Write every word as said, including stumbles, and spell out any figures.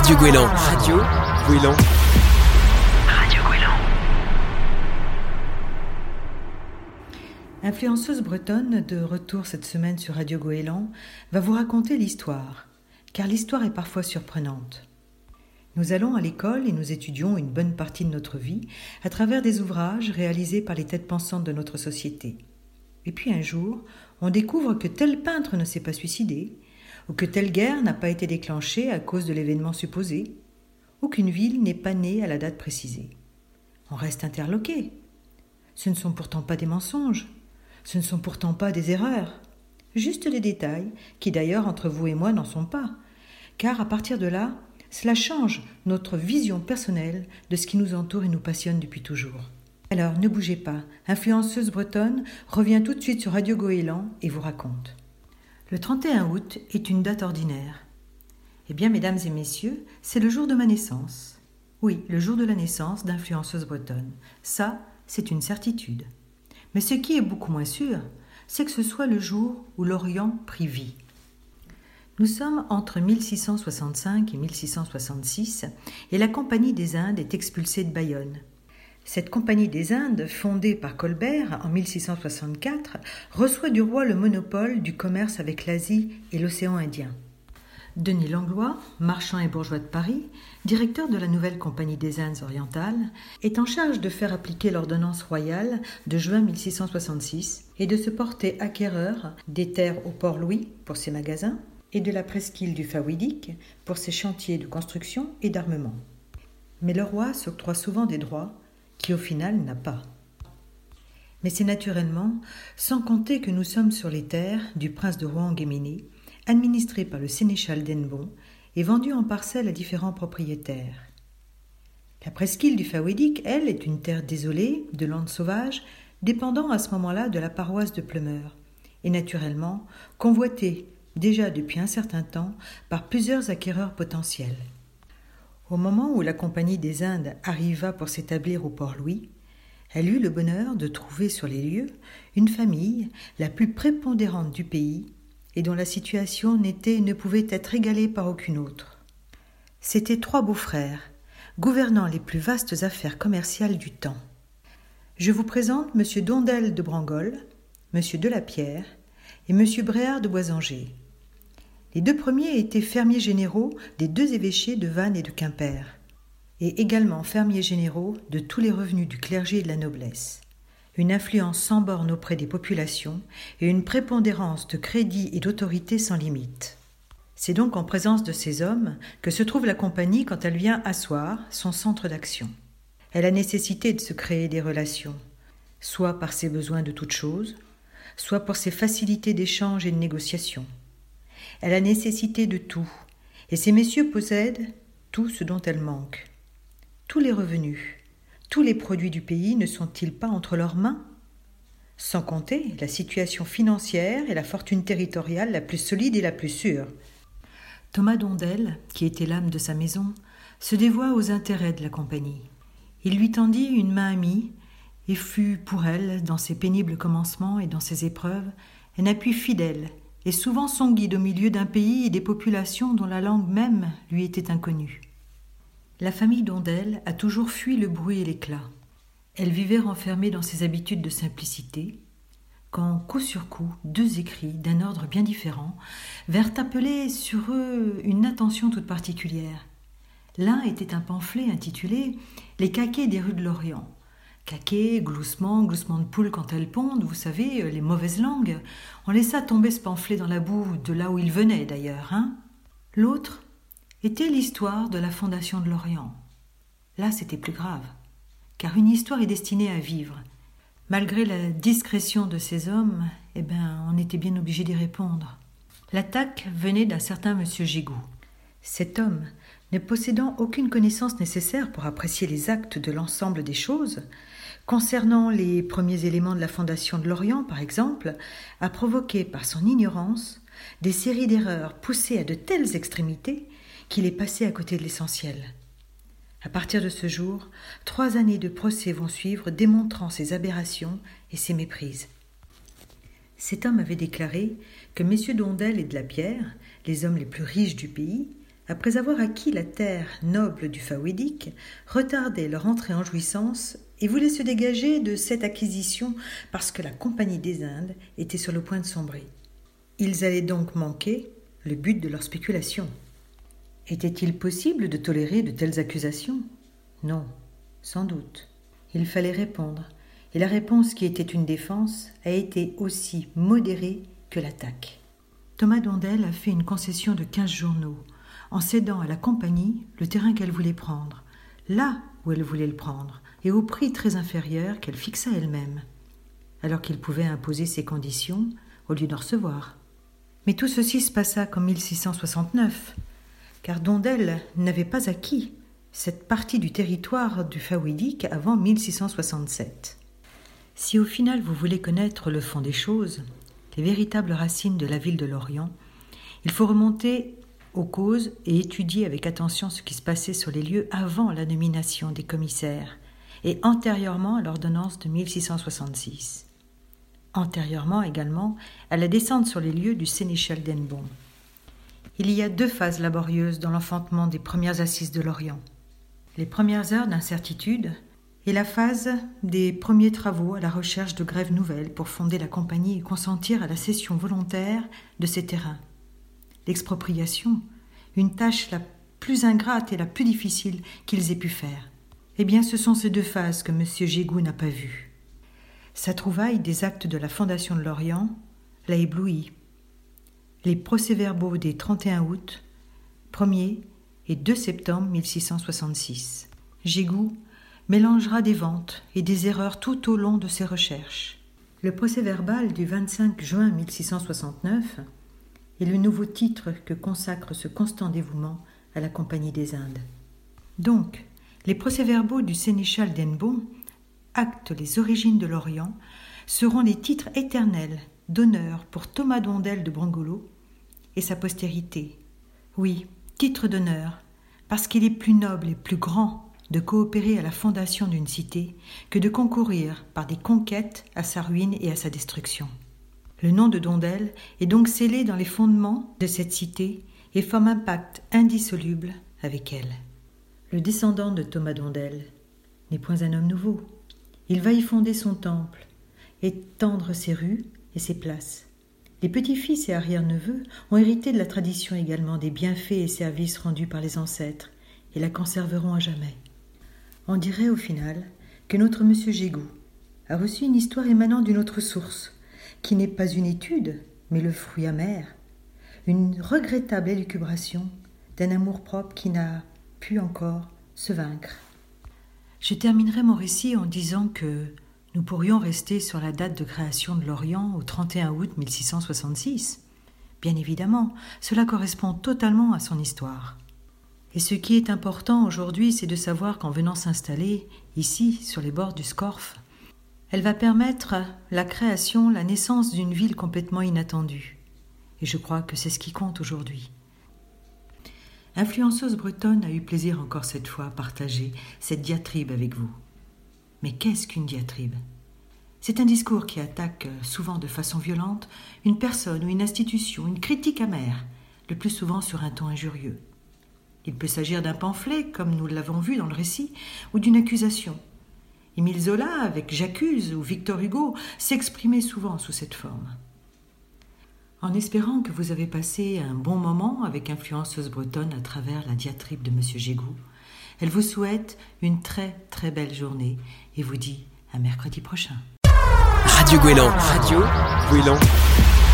Radio Gouélan. Radio Gouélan. Radio Gouélan. Influenceuse bretonne, de retour cette semaine sur Radio Gouélan, va vous raconter l'histoire, car l'histoire est parfois surprenante. Nous allons à l'école et nous étudions une bonne partie de notre vie à travers des ouvrages réalisés par les têtes pensantes de notre société. Et puis un jour, on découvre que tel peintre ne s'est pas suicidé, ou que telle guerre n'a pas été déclenchée à cause de l'événement supposé, ou qu'une ville n'est pas née à la date précisée. On reste interloqué. Ce ne sont pourtant pas des mensonges, ce ne sont pourtant pas des erreurs, juste des détails qui d'ailleurs entre vous et moi n'en sont pas, car à partir de là, cela change notre vision personnelle de ce qui nous entoure et nous passionne depuis toujours. Alors ne bougez pas, Influenceuse bretonne revient tout de suite sur Radio Gouélan et vous raconte. Le trente et un août est une date ordinaire. Eh bien, mesdames et messieurs, c'est le jour de ma naissance. Oui, le jour de la naissance d'Influenceuse bretonne. Ça, c'est une certitude. Mais ce qui est beaucoup moins sûr, c'est que ce soit le jour où l'Orient prit vie. Nous sommes entre mille six cent soixante-cinq et mille six cent soixante-six et la Compagnie des Indes est expulsée de Bayonne. Cette Compagnie des Indes, fondée par Colbert en mille six cent soixante-quatre, reçoit du roi le monopole du commerce avec l'Asie et l'océan Indien. Denis Langlois, marchand et bourgeois de Paris, directeur de la nouvelle Compagnie des Indes orientales, est en charge de faire appliquer l'ordonnance royale de juin mille six cent soixante-six et de se porter acquéreur des terres au Port Louis pour ses magasins et de la presqu'île du Faoudic pour ses chantiers de construction et d'armement. Mais le roi s'octroie souvent des droits qui au final n'a pas. Mais c'est naturellement, sans compter que nous sommes sur les terres du prince de Rohan-Guéméné, administrées par le sénéchal d'Hennebon et vendues en parcelles à différents propriétaires. La presqu'île du Faoudic, elle, est une terre désolée, de landes sauvages, dépendant à ce moment-là de la paroisse de Pleumeur, et naturellement convoitée déjà depuis un certain temps par plusieurs acquéreurs potentiels. Au moment où la Compagnie des Indes arriva pour s'établir au Port Louis, elle eut le bonheur de trouver sur les lieux une famille la plus prépondérante du pays et dont la situation n'était et ne pouvait être égalée par aucune autre. C'étaient trois beaux-frères, gouvernant les plus vastes affaires commerciales du temps. Je vous présente M. Dondel de Brangol, M. Delapierre et M. Bréard de Boisanger. Les deux premiers étaient fermiers généraux des deux évêchés de Vannes et de Quimper, et également fermiers généraux de tous les revenus du clergé et de la noblesse. Une influence sans borne auprès des populations et une prépondérance de crédit et d'autorité sans limite. C'est donc en présence de ces hommes que se trouve la compagnie quand elle vient asseoir son centre d'action. Elle a nécessité de se créer des relations, soit par ses besoins de toutes choses, soit pour ses facilités d'échange et de négociation. Elle a nécessité de tout, et ces messieurs possèdent tout ce dont elle manque. Tous les revenus, tous les produits du pays ne sont-ils pas entre leurs mains ? Sans compter la situation financière et la fortune territoriale la plus solide et la plus sûre. Thomas Dondel, qui était l'âme de sa maison, se dévoua aux intérêts de la compagnie. Il lui tendit une main amie et fut pour elle, dans ses pénibles commencements et dans ses épreuves, un appui fidèle et souvent son guide au milieu d'un pays et des populations dont la langue même lui était inconnue. La famille Dondel a toujours fui le bruit et l'éclat. Elle vivait renfermée dans ses habitudes de simplicité, quand, coup sur coup, deux écrits, d'un ordre bien différent, vinrent appeler sur eux une attention toute particulière. L'un était un pamphlet intitulé « Les caquets des rues de l'Orient ». Caquet, gloussement, gloussement de poule quand elles pondent, vous savez, les mauvaises langues. On laissa tomber ce pamphlet dans la boue, de là où il venait d'ailleurs, hein. L'autre était l'histoire de la fondation de l'Orient. Là, c'était plus grave, car une histoire est destinée à vivre. Malgré la discrétion de ces hommes, eh ben, on était bien obligé d'y répondre. L'attaque venait d'un certain monsieur Gégou. Cet homme, ne possédant aucune connaissance nécessaire pour apprécier les actes de l'ensemble des choses, concernant les premiers éléments de la fondation de l'Orient, par exemple, a provoqué par son ignorance des séries d'erreurs poussées à de telles extrémités qu'il est passé à côté de l'essentiel. À partir de ce jour, trois années de procès vont suivre démontrant ses aberrations et ses méprises. Cet homme avait déclaré que messieurs Dondel et Delapierre, les hommes les plus riches du pays, après avoir acquis la terre noble du Fawédique, retardait leur entrée en jouissance et voulait se dégager de cette acquisition parce que la Compagnie des Indes était sur le point de sombrer. Ils allaient donc manquer le but de leur spéculation. Était-il possible de tolérer de telles accusations ? Non, sans doute. Il fallait répondre, et la réponse qui était une défense a été aussi modérée que l'attaque. Thomas Dondel a fait une concession de quinze journaux, en cédant à la compagnie le terrain qu'elle voulait prendre, là où elle voulait le prendre, et au prix très inférieur qu'elle fixa elle-même, alors qu'il pouvait imposer ses conditions au lieu d'en recevoir. Mais tout ceci se passa qu'en mille six cent soixante-neuf, car Dondel n'avait pas acquis cette partie du territoire du Fawédique avant mille six cent soixante-sept. Si au final vous voulez connaître le fond des choses, les véritables racines de la ville de Lorient, il faut remonter aux causes et étudier avec attention ce qui se passait sur les lieux avant la nomination des commissaires et antérieurement à l'ordonnance de mille six cent soixante-six. Antérieurement également à la descente sur les lieux du sénéchal d'Hennebon. Il y a deux phases laborieuses dans l'enfantement des premières assises de Lorient. Les premières heures d'incertitude et la phase des premiers travaux à la recherche de grèves nouvelles pour fonder la compagnie et consentir à la cession volontaire de ces terrains. L'expropriation, une tâche la plus ingrate et la plus difficile qu'ils aient pu faire. Eh bien, ce sont ces deux phases que M. Gégou n'a pas vues. Sa trouvaille des actes de la Fondation de Lorient l'a ébloui. Les procès-verbaux des trente et un août, premier et deux septembre mille six cent soixante-six. Gégou mélangera des ventes et des erreurs tout au long de ses recherches. Le procès-verbal du vingt-cinq juin mille six cent soixante-neuf est le nouveau titre que consacre ce constant dévouement à la Compagnie des Indes. Donc, les procès-verbaux du sénéchal d'Hennebon, actent les origines de l'Orient, seront les titres éternels d'honneur pour Thomas Dondel de Brongolo et sa postérité. Oui, titre d'honneur, parce qu'il est plus noble et plus grand de coopérer à la fondation d'une cité que de concourir par des conquêtes à sa ruine et à sa destruction. Le nom de Dondel est donc scellé dans les fondements de cette cité et forme un pacte indissoluble avec elle. Le descendant de Thomas Dondel n'est point un homme nouveau. Il va y fonder son temple, étendre ses rues et ses places. Les petits-fils et arrière-neveux ont hérité de la tradition également des bienfaits et services rendus par les ancêtres et la conserveront à jamais. On dirait au final que notre monsieur Gégou a reçu une histoire émanant d'une autre source, qui n'est pas une étude, mais le fruit amer, une regrettable élucubration d'un amour-propre qui n'a pu encore se vaincre. Je terminerai mon récit en disant que nous pourrions rester sur la date de création de l'Orient au trente et un août mille six cent soixante-six. Bien évidemment, cela correspond totalement à son histoire. Et ce qui est important aujourd'hui, c'est de savoir qu'en venant s'installer ici, sur les bords du Scorff, elle va permettre la création, la naissance d'une ville complètement inattendue. Et je crois que c'est ce qui compte aujourd'hui. Influenceuse bretonne a eu plaisir encore cette fois à partager cette diatribe avec vous. Mais qu'est-ce qu'une diatribe ? C'est un discours qui attaque, souvent de façon violente, une personne ou une institution, une critique amère, le plus souvent sur un ton injurieux. Il peut s'agir d'un pamphlet, comme nous l'avons vu dans le récit, ou d'une accusation. Émile Zola, avec J'accuse ou Victor Hugo, s'exprimait souvent sous cette forme. En espérant que vous avez passé un bon moment avec Influenceuse bretonne à travers la diatribe de M. Gégou, elle vous souhaite une très très belle journée et vous dit à mercredi prochain. Radio Goéland. Radio Goéland.